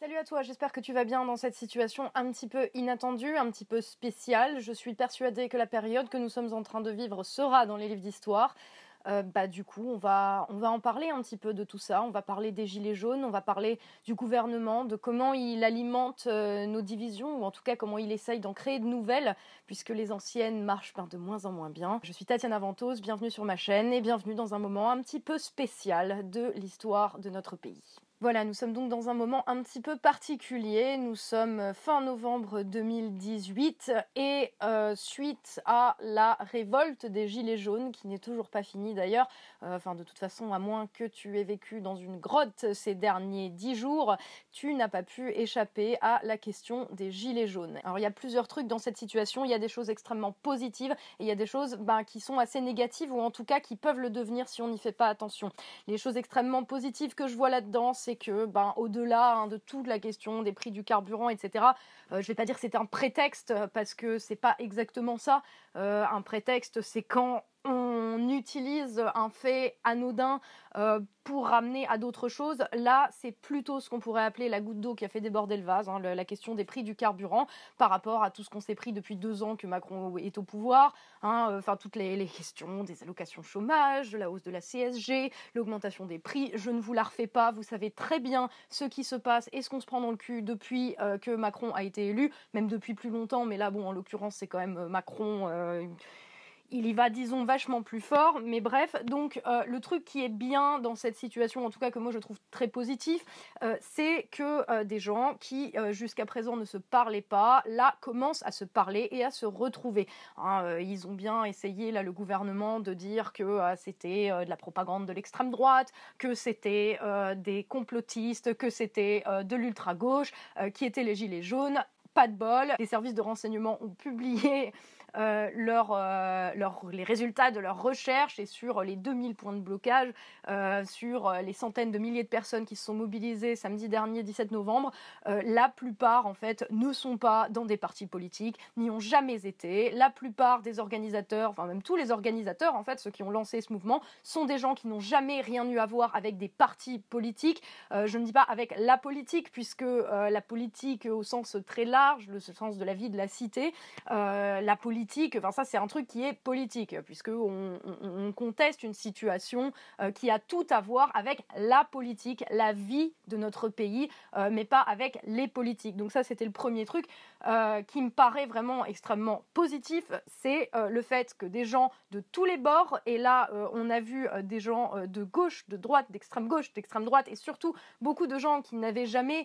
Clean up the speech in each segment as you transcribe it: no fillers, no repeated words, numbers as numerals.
Salut à toi, j'espère que tu vas bien dans cette situation un petit peu inattendue, un petit peu spéciale. Je suis persuadée que la période que nous sommes en train de vivre sera dans les livres d'histoire. Du coup, on va en parler un petit peu de tout ça. On va parler des gilets jaunes, on va parler du gouvernement, de comment il alimente nos divisions, ou en tout cas comment il essaye d'en créer de nouvelles, puisque les anciennes marchent de moins en moins bien. Je suis Tatiana Ventos, bienvenue sur ma chaîne et bienvenue dans un moment un petit peu spécial de l'histoire de notre pays. Voilà, nous sommes donc dans un moment un petit peu particulier. Nous sommes fin novembre 2018 et suite à la révolte des Gilets jaunes, qui n'est toujours pas finie d'ailleurs, de toute façon, à moins que tu aies vécu dans une grotte ces derniers 10 jours, tu n'as pas pu échapper à la question des Gilets jaunes. Alors il y a plusieurs trucs dans cette situation, il y a des choses extrêmement positives et il y a des choses qui sont assez négatives ou en tout cas qui peuvent le devenir si on n'y fait pas attention. Les choses extrêmement positives que je vois là-dedans, c'est que au-delà de toute la question des prix du carburant, etc., je vais pas dire que c'est un prétexte parce que c'est pas exactement ça. Un prétexte, c'est quand on utilise un fait anodin pour ramener à d'autres choses. Là, c'est plutôt ce qu'on pourrait appeler la goutte d'eau qui a fait déborder le vase, la question des prix du carburant par rapport à tout ce qu'on s'est pris depuis 2 ans que Macron est au pouvoir. Toutes les questions des allocations chômage, la hausse de la CSG, l'augmentation des prix. Je ne vous la refais pas. Vous savez très bien ce qui se passe et ce qu'on se prend dans le cul depuis que Macron a été élu, même depuis plus longtemps. Mais là, en l'occurrence, c'est quand même Macron... il y va, disons, vachement plus fort, mais bref, donc le truc qui est bien dans cette situation, en tout cas que moi je trouve très positif, c'est que des gens qui jusqu'à présent ne se parlaient pas, là commencent à se parler et à se retrouver. Ils ont bien essayé, là, le gouvernement, de dire que c'était de la propagande de l'extrême droite, que c'était des complotistes, que c'était de l'ultra-gauche, qui étaient les gilets jaunes. Pas de bol, les services de renseignement ont publié les résultats de leurs recherches et sur les 2000 points de blocage, sur les centaines de milliers de personnes qui se sont mobilisées samedi dernier, 17 novembre, la plupart en fait ne sont pas dans des partis politiques, n'y ont jamais été. La plupart des organisateurs, même tous les organisateurs en fait, ceux qui ont lancé ce mouvement, sont des gens qui n'ont jamais rien eu à voir avec des partis politiques. Je ne dis pas avec la politique, puisque la politique au sens très large, le sens de la vie de la cité, la politique, ça c'est un truc qui est politique, puisque on conteste une situation qui a tout à voir avec la politique, la vie de notre pays, mais pas avec les politiques. Donc ça c'était le premier truc qui me paraît vraiment extrêmement positif, c'est le fait que des gens de tous les bords, et là on a vu des gens de gauche, de droite, d'extrême gauche, d'extrême droite, et surtout beaucoup de gens qui n'avaient jamais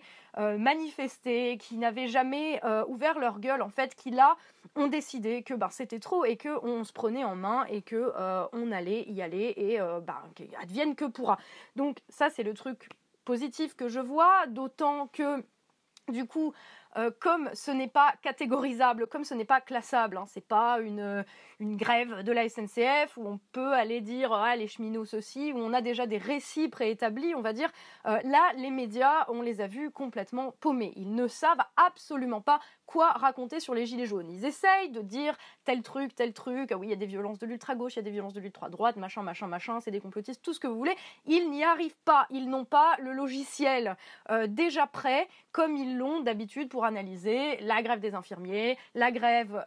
manifesté, qui n'avaient jamais ouvert leur gueule, en fait, qui là ont décidé que c'était trop et que on se prenait en main et que on allait y aller et advienne que pourra. Donc ça c'est le truc positif que je vois, d'autant que du coup, comme ce n'est pas catégorisable, comme ce n'est pas classable, c'est pas une grève de la SNCF où on peut aller dire les cheminots ceci, où on a déjà des récits préétablis, on va dire. Là, les médias, on les a vus complètement paumés. Ils ne savent absolument pas quoi raconter sur les gilets jaunes. Ils essayent de dire tel truc, oui, il y a des violences de l'ultra-gauche, il y a des violences de l'ultra-droite, machin, c'est des complotistes, tout ce que vous voulez. Ils n'y arrivent pas. Ils n'ont pas le logiciel déjà prêt, comme ils l'ont d'habitude pour analyser la grève des infirmiers, la grève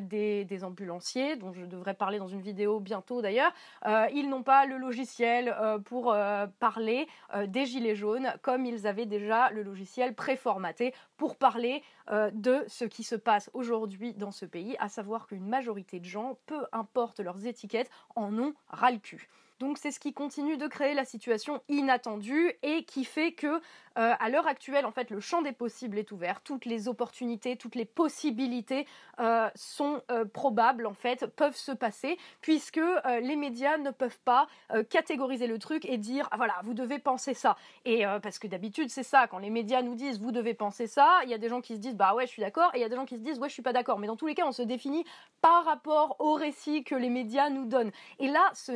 des ambulanciers, dont je devrais parler dans une vidéo bientôt d'ailleurs. Ils n'ont pas le logiciel pour parler des gilets jaunes, comme ils avaient déjà le logiciel préformaté pour parler de ce qui se passe aujourd'hui dans ce pays, à savoir qu'une majorité de gens, peu importe leurs étiquettes, en ont ras le cul. Donc c'est ce qui continue de créer la situation inattendue et qui fait que à l'heure actuelle, en fait, le champ des possibles est ouvert. Toutes les opportunités, toutes les possibilités sont probables, en fait, peuvent se passer, puisque les médias ne peuvent pas catégoriser le truc et dire voilà, vous devez penser ça. Et parce que d'habitude c'est ça, quand les médias nous disent vous devez penser ça, il y a des gens qui se disent bah ouais je suis d'accord, et il y a des gens qui se disent ouais je suis pas d'accord. Mais dans tous les cas on se définit par rapport au récit que les médias nous donnent. Et là ce n'est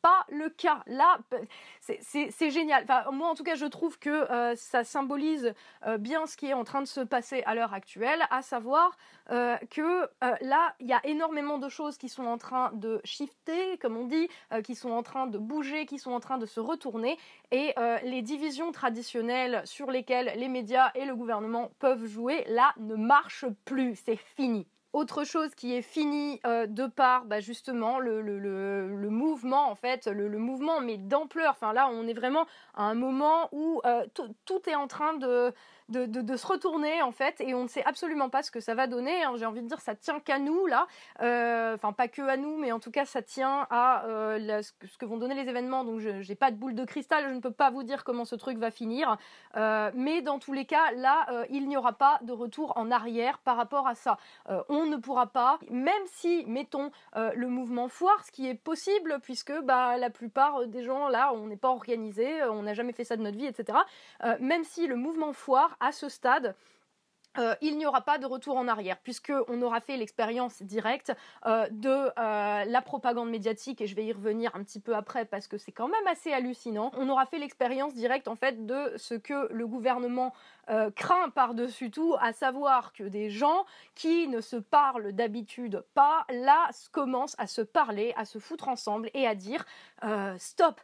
pas le cas. Là, c'est génial. Enfin, moi, en tout cas, je trouve que ça symbolise bien ce qui est en train de se passer à l'heure actuelle, à savoir que là, il y a énormément de choses qui sont en train de shifter, comme on dit, qui sont en train de bouger, qui sont en train de se retourner, et les divisions traditionnelles sur lesquelles les médias et le gouvernement peuvent jouer, là, ne marchent plus. C'est fini. Autre chose qui est fini de par justement le mouvement, en fait, le mouvement, mais d'ampleur. Enfin là, on est vraiment à un moment où tout est en train de se retourner, en fait, et on ne sait absolument pas ce que ça va donner. Hein. J'ai envie de dire, ça tient qu'à nous, là. Enfin, pas que à nous, mais en tout cas, ça tient à ce que vont donner les événements. Donc, je n'ai pas de boule de cristal, je ne peux pas vous dire comment ce truc va finir. Mais dans tous les cas, là, il n'y aura pas de retour en arrière par rapport à ça. On ne pourra pas, même si, mettons, le mouvement foire, ce qui est possible, puisque la plupart des gens, là, on n'est pas organisés, on n'a jamais fait ça de notre vie, etc. Même si le mouvement foire, à ce stade, il n'y aura pas de retour en arrière, puisqu'on aura fait l'expérience directe de la propagande médiatique, et je vais y revenir un petit peu après parce que c'est quand même assez hallucinant. On aura fait l'expérience directe, en fait, de ce que le gouvernement craint par-dessus tout, à savoir que des gens qui ne se parlent d'habitude pas, là, commencent à se parler, à se foutre ensemble et à dire stop,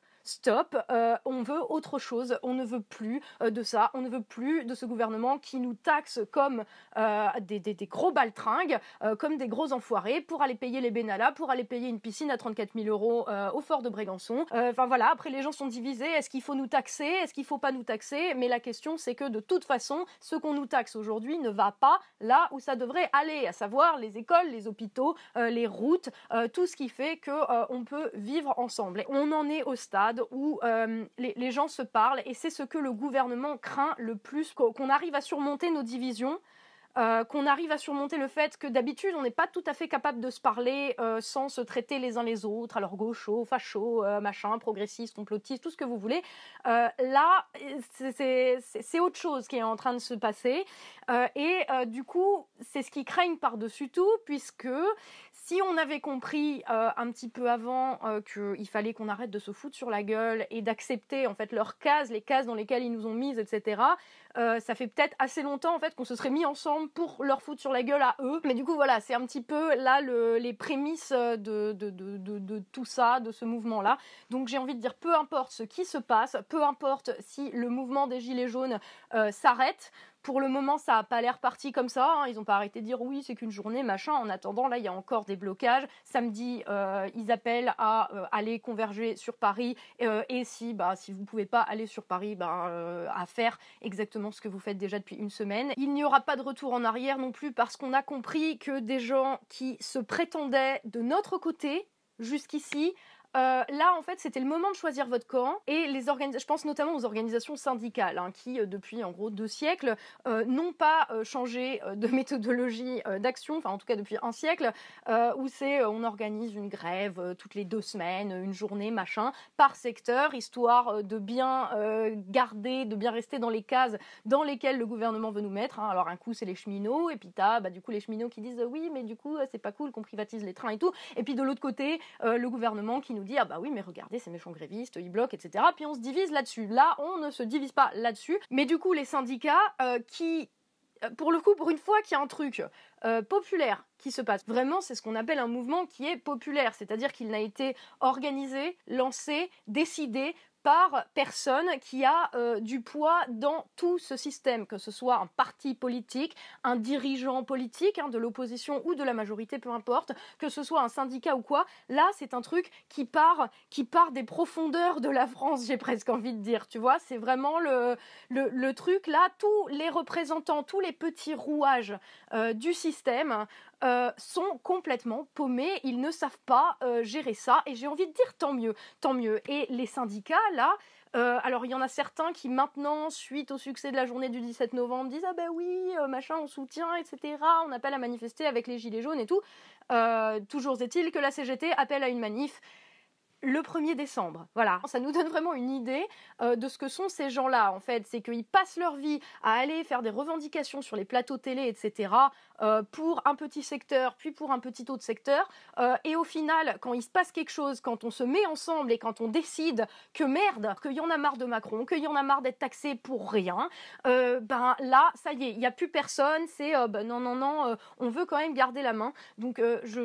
on veut autre chose, on ne veut plus de ça, on ne veut plus de ce gouvernement qui nous taxe comme des gros baltringues, comme des gros enfoirés, pour aller payer les Benalla, pour aller payer une piscine à 34 000 euros au fort de Brégançon. Enfin voilà, après les gens sont divisés, est-ce qu'il faut nous taxer, est-ce qu'il ne faut pas nous taxer? Mais la question, c'est que de toute façon, ce qu'on nous taxe aujourd'hui ne va pas là où ça devrait aller, à savoir les écoles, les hôpitaux, les routes, tout ce qui fait qu'on peut vivre ensemble. Et on en est au stade où les gens se parlent, et c'est ce que le gouvernement craint le plus, qu'on arrive à surmonter nos divisions, qu'on arrive à surmonter le fait que d'habitude on n'est pas tout à fait capable de se parler sans se traiter les uns les autres, alors gauchos, fachos, machin, progressistes, complotistes, tout ce que vous voulez. Là, c'est autre chose qui est en train de se passer, et du coup, c'est ce qu'ils craignent par-dessus tout, puisque si on avait compris un petit peu avant qu'il fallait qu'on arrête de se foutre sur la gueule et d'accepter, en fait, leurs cases, les cases dans lesquelles ils nous ont mises, etc., ça fait peut-être assez longtemps, en fait, qu'on se serait mis ensemble pour leur foutre sur la gueule à eux. Mais du coup, voilà, c'est un petit peu là les prémices de tout ça, de ce mouvement-là. Donc j'ai envie de dire, peu importe ce qui se passe, peu importe si le mouvement des Gilets jaunes s'arrête. Pour le moment, ça n'a pas l'air parti comme ça. Hein. Ils n'ont pas arrêté de dire oui, c'est qu'une journée, machin. En attendant, là, il y a encore des blocages. Samedi, ils appellent à aller converger sur Paris. Et si vous ne pouvez pas aller sur Paris, à faire exactement ce que vous faites déjà depuis une semaine. Il n'y aura pas de retour en arrière non plus, parce qu'on a compris que des gens qui se prétendaient de notre côté jusqu'ici, là, en fait, c'était le moment de choisir votre camp, et je pense notamment aux organisations syndicales, hein, qui, depuis en gros 2 siècles, n'ont pas changé de méthodologie d'action, enfin en tout cas depuis 1 siècle, où on organise une grève toutes les 2 semaines, une journée, machin, par secteur, histoire de bien garder, de bien rester dans les cases dans lesquelles le gouvernement veut nous mettre. Hein. Alors un coup, c'est les cheminots, et puis t'as du coup les cheminots qui disent oui, mais du coup, c'est pas cool qu'on privatise les trains et tout, et puis de l'autre côté, le gouvernement qui nous dit ah bah oui mais regardez ces méchants grévistes, ils bloquent, etc. Puis on se divise là-dessus. Là on ne se divise pas là-dessus, mais du coup les syndicats qui, pour le coup, pour une fois qu'il y a un truc populaire qui se passe, vraiment c'est ce qu'on appelle un mouvement qui est populaire, c'est-à-dire qu'il n'a été organisé, lancé, décidé par personne qui a du poids dans tout ce système, que ce soit un parti politique, un dirigeant politique, hein, de l'opposition ou de la majorité, peu importe, que ce soit un syndicat ou quoi. Là, c'est un truc qui part des profondeurs de la France, j'ai presque envie de dire, tu vois, c'est vraiment le truc là, tous les représentants, tous les petits rouages du système sont complètement paumés, ils ne savent pas gérer ça, et j'ai envie de dire tant mieux. Et les syndicats là, alors il y en a certains qui maintenant, suite au succès de la journée du 17 novembre, disent ah ben oui, machin, on soutient, etc., on appelle à manifester avec les gilets jaunes et tout. Toujours est-il que la CGT appelle à une manif. le 1er décembre. Voilà, ça nous donne vraiment une idée de ce que sont ces gens-là, en fait. C'est qu'ils passent leur vie à aller faire des revendications sur les plateaux télé, etc., pour un petit secteur, puis pour un petit autre secteur. Et au final, quand il se passe quelque chose, quand on se met ensemble et quand on décide que merde, qu'il y en a marre de Macron, qu'il y en a marre d'être taxé pour rien, ben là, ça y est, il n'y a plus personne. C'est non, on veut quand même garder la main. Donc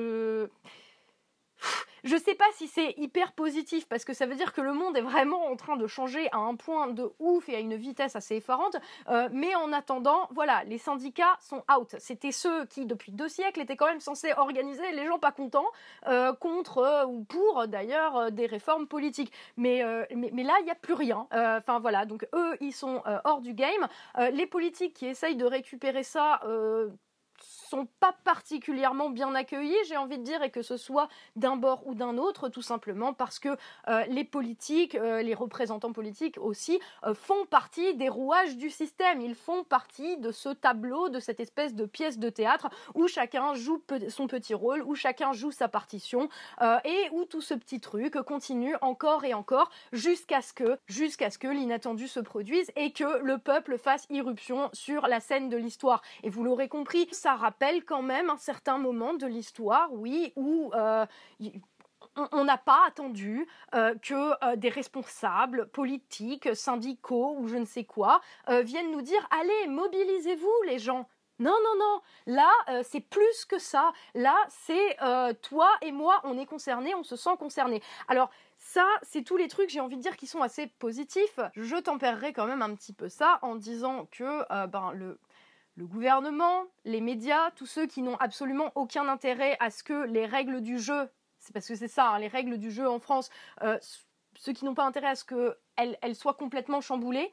je sais pas si c'est hyper positif parce que ça veut dire que le monde est vraiment en train de changer à un point de ouf et à une vitesse assez effarante. Mais en attendant, voilà, les syndicats sont out. C'était ceux qui, depuis 2 siècles, étaient quand même censés organiser les gens pas contents contre ou pour d'ailleurs des réformes politiques. Mais là, il n'y a plus rien. Enfin voilà, donc eux, ils sont hors du game. Les politiques qui essayent de récupérer ça sont pas particulièrement bien accueillis, j'ai envie de dire, et que ce soit d'un bord ou d'un autre, tout simplement parce que les politiques, les représentants politiques aussi, font partie des rouages du système. Ils font partie de ce tableau, de cette espèce de pièce de théâtre où chacun joue son petit rôle, où chacun joue sa partition, et où tout ce petit truc continue encore et encore jusqu'à ce que l'inattendu se produise et que le peuple fasse irruption sur la scène de l'histoire. Et vous l'aurez compris, ça rappelle quand même un certain moment de l'histoire, oui, où on n'a pas attendu que des responsables politiques, syndicaux ou je ne sais quoi viennent nous dire « Allez, mobilisez-vous les gens !» Non, là, c'est plus que ça. Là, c'est toi et moi, on est concernés, on se sent concernés. Alors, ça, c'est tous les trucs, j'ai envie de dire, qui sont assez positifs. Je tempérerai quand même un petit peu ça en disant que le gouvernement, les médias, tous ceux qui n'ont absolument aucun intérêt à ce que les règles du jeu, c'est parce que c'est ça, hein, les règles du jeu en France, ceux qui n'ont pas intérêt à ce qu'elles soient complètement chamboulées,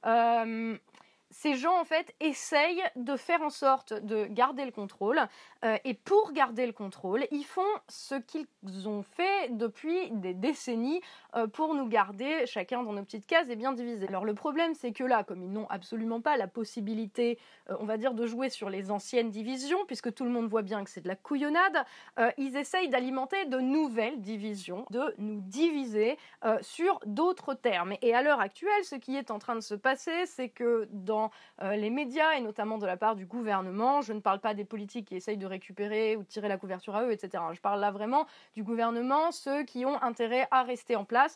ces gens, en fait, essayent de faire en sorte de garder le contrôle. Et pour garder le contrôle, ils font ce qu'ils ont fait depuis des décennies pour nous garder chacun dans nos petites cases et bien divisés. Alors le problème, c'est que là, comme ils n'ont absolument pas la possibilité, on va dire, de jouer sur les anciennes divisions, puisque tout le monde voit bien que c'est de la couillonnade, ils essayent d'alimenter de nouvelles divisions, de nous diviser sur d'autres termes. Et à l'heure actuelle, ce qui est en train de se passer, c'est que dans les médias, et notamment de la part du gouvernement, je ne parle pas des politiques qui essayent de récupérer ou de tirer la couverture à eux, etc. Je parle là vraiment du gouvernement, ceux qui ont intérêt à rester en place.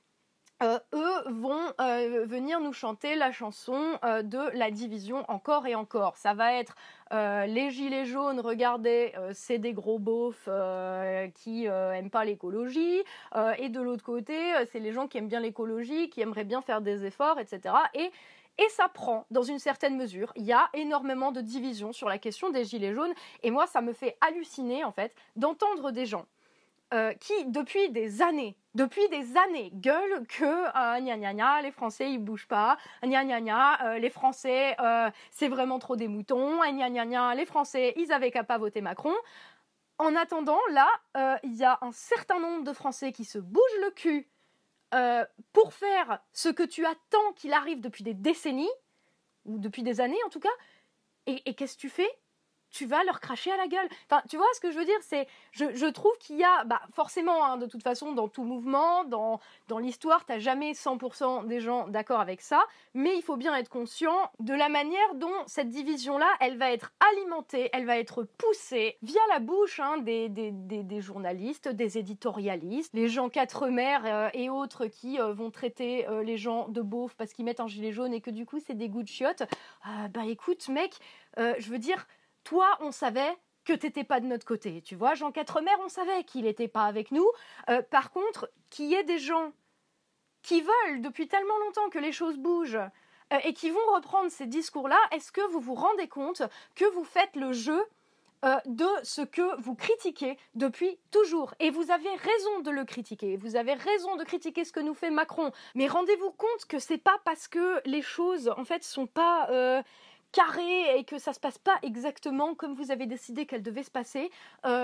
Eux vont venir nous chanter la chanson de la division encore et encore. Ça va être les gilets jaunes, regardez, c'est des gros beaufs qui aiment pas l'écologie, et de l'autre côté, c'est les gens qui aiment bien l'écologie, qui aimeraient bien faire des efforts, etc. Et ça prend, dans une certaine mesure. Il y a énormément de divisions sur la question des gilets jaunes. Et moi, ça me fait halluciner, en fait, d'entendre des gens qui, depuis des années, gueulent que gna gna gna, les Français, ils bougent pas, gna gna gna, les Français, c'est vraiment trop des moutons, gna gna gna, les Français, ils avaient qu'à pas voter Macron. En attendant, là, il y a un certain nombre de Français qui se bougent le cul pour faire ce que tu attends qu'il arrive depuis des décennies, ou depuis des années en tout cas, et qu'est-ce que tu fais ? Tu vas leur cracher à la gueule. Enfin, tu vois ce que je veux dire, c'est, je trouve qu'il y a, forcément, hein, de toute façon, dans tout mouvement, dans l'histoire, t'as jamais 100% des gens d'accord avec ça, mais il faut bien être conscient de la manière dont cette division-là, elle va être alimentée, elle va être poussée via la bouche des journalistes, des éditorialistes, les gens quatremères et autres qui vont traiter les gens de beaufs parce qu'ils mettent un gilet jaune et que du coup, c'est des goûts de chiottes. Écoute, mec, je veux dire, toi, on savait que t'étais pas de notre côté, tu vois. Jean Quatremer, on savait qu'il était pas avec nous. Par contre, qu'il y ait des gens qui veulent depuis tellement longtemps que les choses bougent et qui vont reprendre ces discours-là, est-ce que vous vous rendez compte que vous faites le jeu de ce que vous critiquez depuis toujours? Et vous avez raison de le critiquer. Vous avez raison de critiquer ce que nous fait Macron. Mais rendez-vous compte que c'est pas parce que les choses, en fait, sont pas carré et que ça se passe pas exactement comme vous avez décidé qu'elle devait se passer,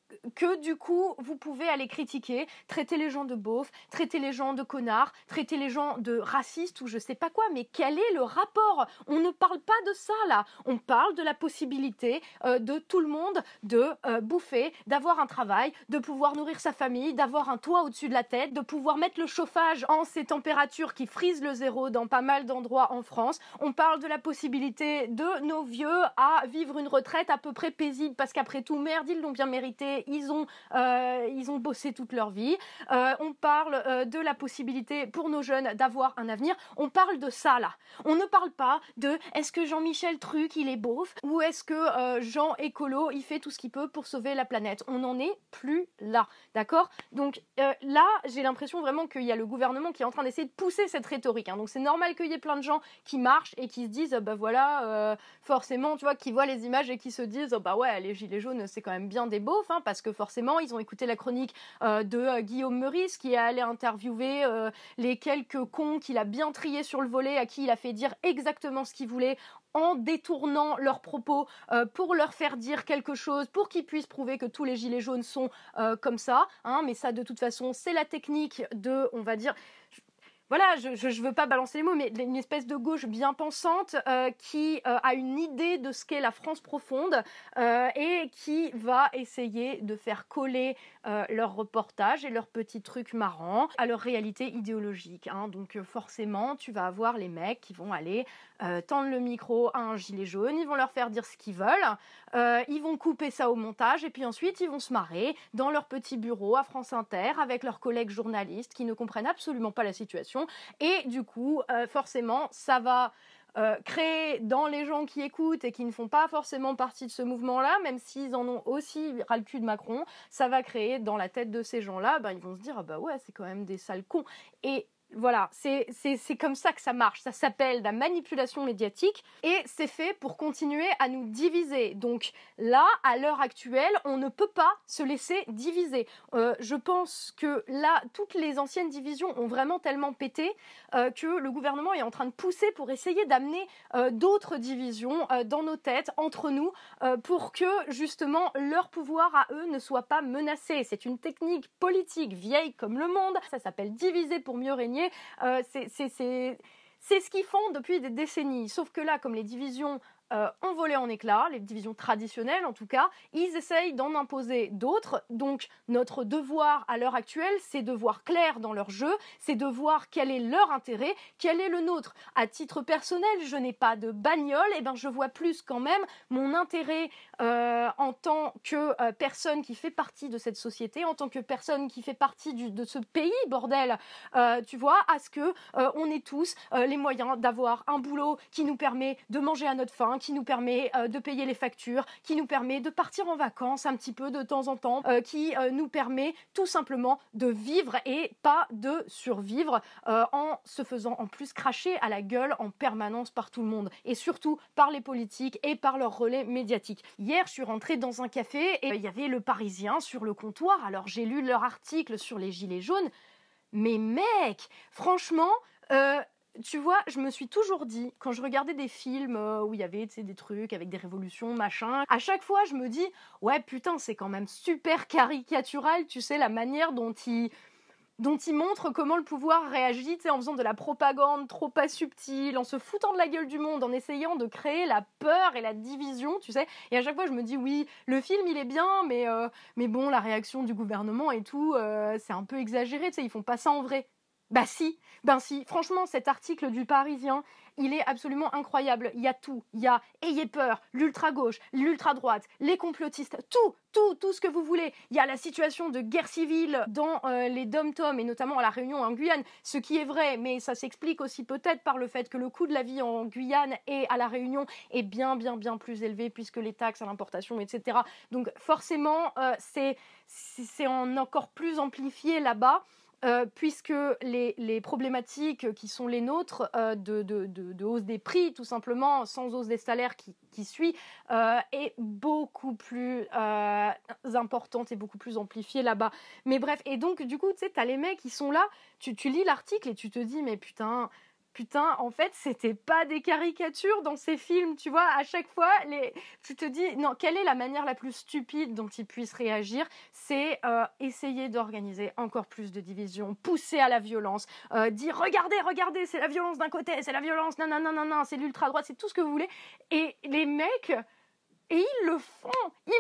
que du coup, vous pouvez aller critiquer, traiter les gens de beaufs, traiter les gens de connards, traiter les gens de racistes ou je sais pas quoi, mais quel est le rapport? On ne parle pas de ça là, on parle de la possibilité de tout le monde de bouffer, d'avoir un travail, de pouvoir nourrir sa famille, d'avoir un toit au-dessus de la tête, de pouvoir mettre le chauffage en ces températures qui frisent le zéro dans pas mal d'endroits en France. On parle de la possibilité de nos vieux à vivre une retraite à peu près paisible parce qu'après tout, merde, ils l'ont bien mérité. Ils ont bossé toute leur vie. On parle de la possibilité pour nos jeunes d'avoir un avenir. On parle de ça là. On ne parle pas de est-ce que Jean-Michel Truc il est beauf ou est-ce que Jean Écolo il fait tout ce qu'il peut pour sauver la planète. On n'en est plus là, d'accord? Donc là, j'ai l'impression vraiment qu'il y a le gouvernement qui est en train d'essayer de pousser cette rhétorique. Hein. Donc c'est normal qu'il y ait plein de gens qui marchent et qui se disent bah voilà, forcément, tu vois, qui voient les images et qui se disent oh, bah ouais, les gilets jaunes c'est quand même bien des beaufs. Hein, parce que forcément, ils ont écouté la chronique de Guillaume Meurice qui est allé interviewer les quelques cons qu'il a bien triés sur le volet, à qui il a fait dire exactement ce qu'il voulait en détournant leurs propos pour leur faire dire quelque chose, pour qu'ils puissent prouver que tous les gilets jaunes sont comme ça. Hein, mais ça, de toute façon, c'est la technique de, on va dire... Voilà, je veux pas balancer les mots, mais une espèce de gauche bien pensante qui a une idée de ce qu'est la France profonde et qui va essayer de faire coller leurs reportages et leurs petits trucs marrants à leur réalité idéologique. Hein. Donc forcément, tu vas avoir les mecs qui vont aller tendre le micro à un gilet jaune, ils vont leur faire dire ce qu'ils veulent, ils vont couper ça au montage et puis ensuite ils vont se marrer dans leur petit bureau à France Inter avec leurs collègues journalistes qui ne comprennent absolument pas la situation. Et du coup, forcément, ça va créer dans les gens qui écoutent et qui ne font pas forcément partie de ce mouvement-là, même s'ils en ont aussi ras le cul de Macron, ça va créer dans la tête de ces gens-là, ben, ils vont se dire ah bah ouais, c'est quand même des sales cons. Et voilà, c'est comme ça que ça marche. Ça s'appelle la manipulation médiatique et c'est fait pour continuer à nous diviser. Donc là, à l'heure actuelle, on ne peut pas se laisser diviser. Je pense que là, toutes les anciennes divisions ont vraiment tellement pété que le gouvernement est en train de pousser pour essayer d'amener d'autres divisions dans nos têtes, entre nous, pour que justement leur pouvoir à eux ne soit pas menacé. C'est une technique politique vieille comme le monde. Ça s'appelle diviser pour mieux régner. C'est ce qu'ils font depuis des décennies. Sauf que là, comme les divisions ont volé en éclats, les divisions traditionnelles en tout cas, ils essayent d'en imposer d'autres. Donc notre devoir à l'heure actuelle, c'est de voir clair dans leur jeu, c'est de voir quel est leur intérêt, quel est le nôtre. À titre personnel, je n'ai pas de bagnole, et ben je vois plus quand même mon intérêt en tant que personne qui fait partie de cette société, en tant que personne qui fait partie de ce pays, bordel, tu vois, à ce que on ait tous les moyens d'avoir un boulot qui nous permet de manger à notre faim, qui nous permet de payer les factures, qui nous permet de partir en vacances un petit peu de temps en temps, qui nous permet tout simplement de vivre et pas de survivre en se faisant en plus cracher à la gueule en permanence par tout le monde et surtout par les politiques et par leurs relais médiatiques. Hier, je suis rentrée dans un café et il y avait Le Parisien sur le comptoir. Alors j'ai lu leur article sur les gilets jaunes, mais mec, franchement... tu vois, je me suis toujours dit, quand je regardais des films où il y avait des trucs avec des révolutions, machin, à chaque fois je me dis, ouais putain, c'est quand même super caricatural, tu sais, la manière dont ils montrent comment le pouvoir réagit, tu sais, en faisant de la propagande trop pas subtile, en se foutant de la gueule du monde, en essayant de créer la peur et la division, tu sais. Et à chaque fois, je me dis, oui, le film, il est bien, mais bon, la réaction du gouvernement et tout, c'est un peu exagéré, tu sais, ils font pas ça en vrai. Ben si, franchement, cet article du Parisien, il est absolument incroyable. Il y a tout, il y a ayez peur, l'ultra-gauche, l'ultra-droite, les complotistes, tout ce que vous voulez. Il y a la situation de guerre civile dans les dom-toms et notamment à La Réunion et en Guyane, ce qui est vrai, mais ça s'explique aussi peut-être par le fait que le coût de la vie en Guyane et à La Réunion est bien plus élevé puisque les taxes à l'importation, etc. Donc forcément, c'est en encore plus amplifié là-bas. Puisque les problématiques qui sont les nôtres de hausse des prix, tout simplement, sans hausse des salaires qui suit, est beaucoup plus importante et beaucoup plus amplifiée là-bas. Mais bref, et donc du coup, tu sais, t'as les mecs qui sont là, tu lis l'article et tu te dis, mais putain, putain, en fait, c'était pas des caricatures dans ces films, tu vois. À chaque fois, tu te dis, non, quelle est la manière la plus stupide dont ils puissent réagir? C'est essayer d'organiser encore plus de divisions, pousser à la violence, dire, regardez, c'est la violence d'un côté, c'est la violence, non, c'est l'ultra-droite, c'est tout ce que vous voulez. Et les mecs... Et ils le font.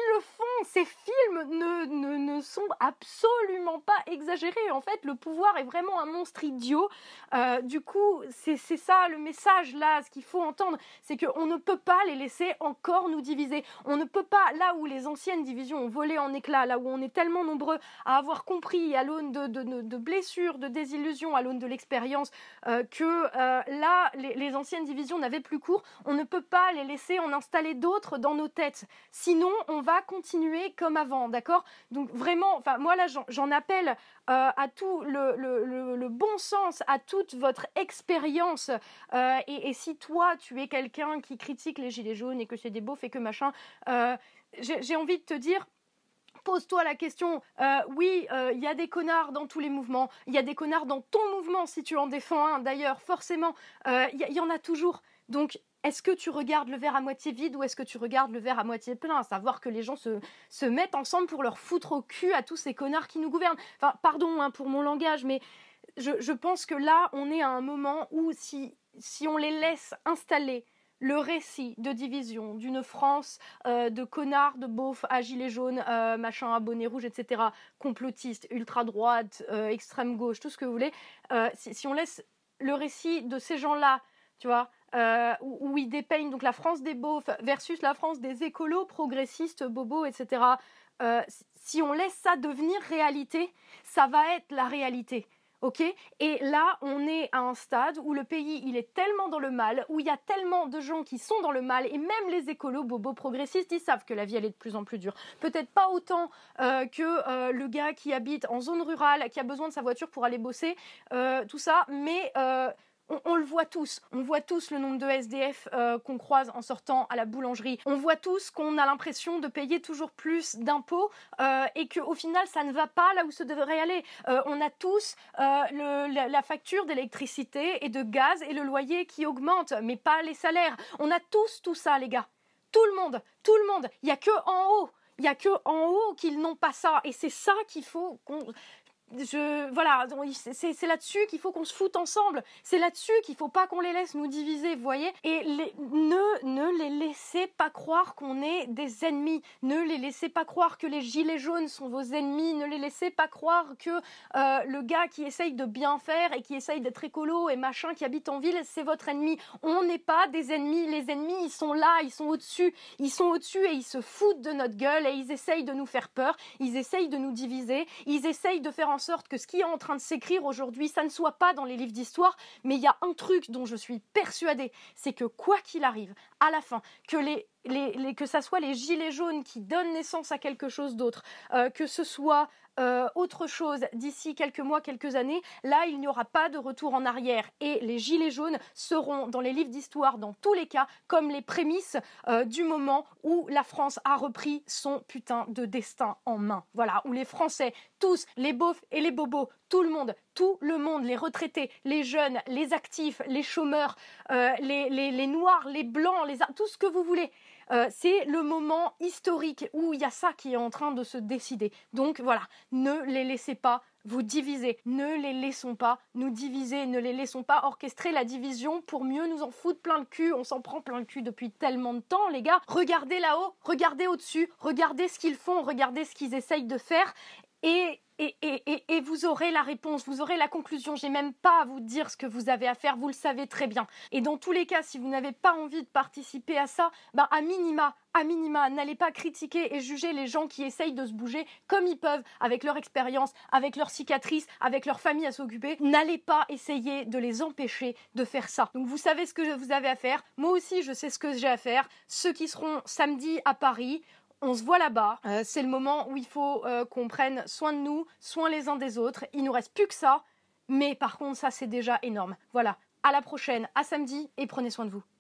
Ces films ne sont absolument pas exagérés. En fait, le pouvoir est vraiment un monstre idiot. Du coup, c'est ça le message là, ce qu'il faut entendre, c'est qu'on ne peut pas les laisser encore nous diviser. On ne peut pas, là où les anciennes divisions ont volé en éclats, là où on est tellement nombreux à avoir compris à l'aune de blessures, de désillusions, à l'aune de l'expérience, que là, les anciennes divisions n'avaient plus cours. On ne peut pas les laisser en installer d'autres dans nos têtes. Sinon, on va continuer comme avant, d'accord? Donc vraiment, enfin moi là, j'en appelle à tout le bon sens, à toute votre expérience. Et si toi, tu es quelqu'un qui critique les gilets jaunes et que c'est des beaufs et que machin, j'ai envie de te dire... Pose-toi la question, oui, il y a des connards dans tous les mouvements, il y a des connards dans ton mouvement, si tu en défends un, d'ailleurs, forcément, y en a toujours. Donc, est-ce que tu regardes le verre à moitié vide ou est-ce que tu regardes le verre à moitié plein? À savoir que les gens se mettent ensemble pour leur foutre au cul à tous ces connards qui nous gouvernent. Enfin, pardon pour mon langage, mais je pense que là, on est à un moment où si on les laisse installer le récit de division d'une France de connards, de beaufs à gilets jaunes, machin à bonnet rouge, etc., complotistes, ultra-droite, extrême-gauche, tout ce que vous voulez, si on laisse le récit de ces gens-là, tu vois, où ils dépeignent donc la France des beaufs versus la France des écolos, progressistes, bobos, etc., si on laisse ça devenir réalité, ça va être la réalité. Ok, et là, on est à un stade où le pays, il est tellement dans le mal, où il y a tellement de gens qui sont dans le mal, et même les écolos, bobos, progressistes, ils savent que la vie, elle est de plus en plus dure. Peut-être pas autant que le gars qui habite en zone rurale, qui a besoin de sa voiture pour aller bosser, tout ça, mais... On le voit tous. On voit tous le nombre de SDF qu'on croise en sortant à la boulangerie. On voit tous qu'on a l'impression de payer toujours plus d'impôts et qu'au final, ça ne va pas là où ça devrait aller. On a tous la facture d'électricité et de gaz et le loyer qui augmente, mais pas les salaires. On a tous tout ça, les gars. Tout le monde. Il n'y a que en haut. Il n'y a que en haut qu'ils n'ont pas ça. Et c'est ça qu'il faut qu'on... Voilà, c'est là-dessus qu'il faut qu'on se foute ensemble. C'est là-dessus qu'il faut pas qu'on les laisse nous diviser, vous voyez. Et ne les laissez pas croire qu'on est des ennemis. Ne les laissez pas croire que les gilets jaunes sont vos ennemis. Ne les laissez pas croire que le gars qui essaye de bien faire et qui essaye d'être écolo et machin, qui habite en ville, c'est votre ennemi. On n'est pas des ennemis. Les ennemis, ils sont là, ils sont au-dessus. Ils sont au-dessus et ils se foutent de notre gueule et ils essayent de nous faire peur. Ils essayent de nous diviser. Ils essayent de faire en sorte que ce qui est en train de s'écrire aujourd'hui, ça ne soit pas dans les livres d'histoire, mais il y a un truc dont je suis persuadée, c'est que quoi qu'il arrive, à la fin, que ça soit les gilets jaunes qui donnent naissance à quelque chose d'autre, que ce soit autre chose d'ici quelques mois, quelques années, là il n'y aura pas de retour en arrière et les gilets jaunes seront dans les livres d'histoire dans tous les cas comme les prémices du moment où la France a repris son putain de destin en main. Voilà, où les Français, tous, les beaufs et les bobos, tout le monde, les retraités, les jeunes, les actifs, les chômeurs, les noirs, les blancs, tout ce que vous voulez. C'est le moment historique où il y a ça qui est en train de se décider. Donc voilà, ne les laissez pas vous diviser. Ne les laissons pas nous diviser. Ne les laissons pas orchestrer la division pour mieux nous en foutre plein le cul. On s'en prend plein le cul depuis tellement de temps, les gars. Regardez là-haut, regardez au-dessus, regardez ce qu'ils font, regardez ce qu'ils essayent de faire. Et vous aurez la réponse, vous aurez la conclusion. J'ai même pas à vous dire ce que vous avez à faire, vous le savez très bien. Et dans tous les cas, si vous n'avez pas envie de participer à ça, à minima, n'allez pas critiquer et juger les gens qui essayent de se bouger comme ils peuvent, avec leur expérience, avec leurs cicatrices, avec leur famille à s'occuper. N'allez pas essayer de les empêcher de faire ça. Donc vous savez ce que vous avez à faire. Moi aussi, je sais ce que j'ai à faire. Ceux qui seront samedi à Paris, on se voit là-bas, c'est le moment où il faut qu'on prenne soin de nous, soin les uns des autres. Il nous reste plus que ça, mais par contre ça c'est déjà énorme. Voilà, à la prochaine, à samedi et prenez soin de vous.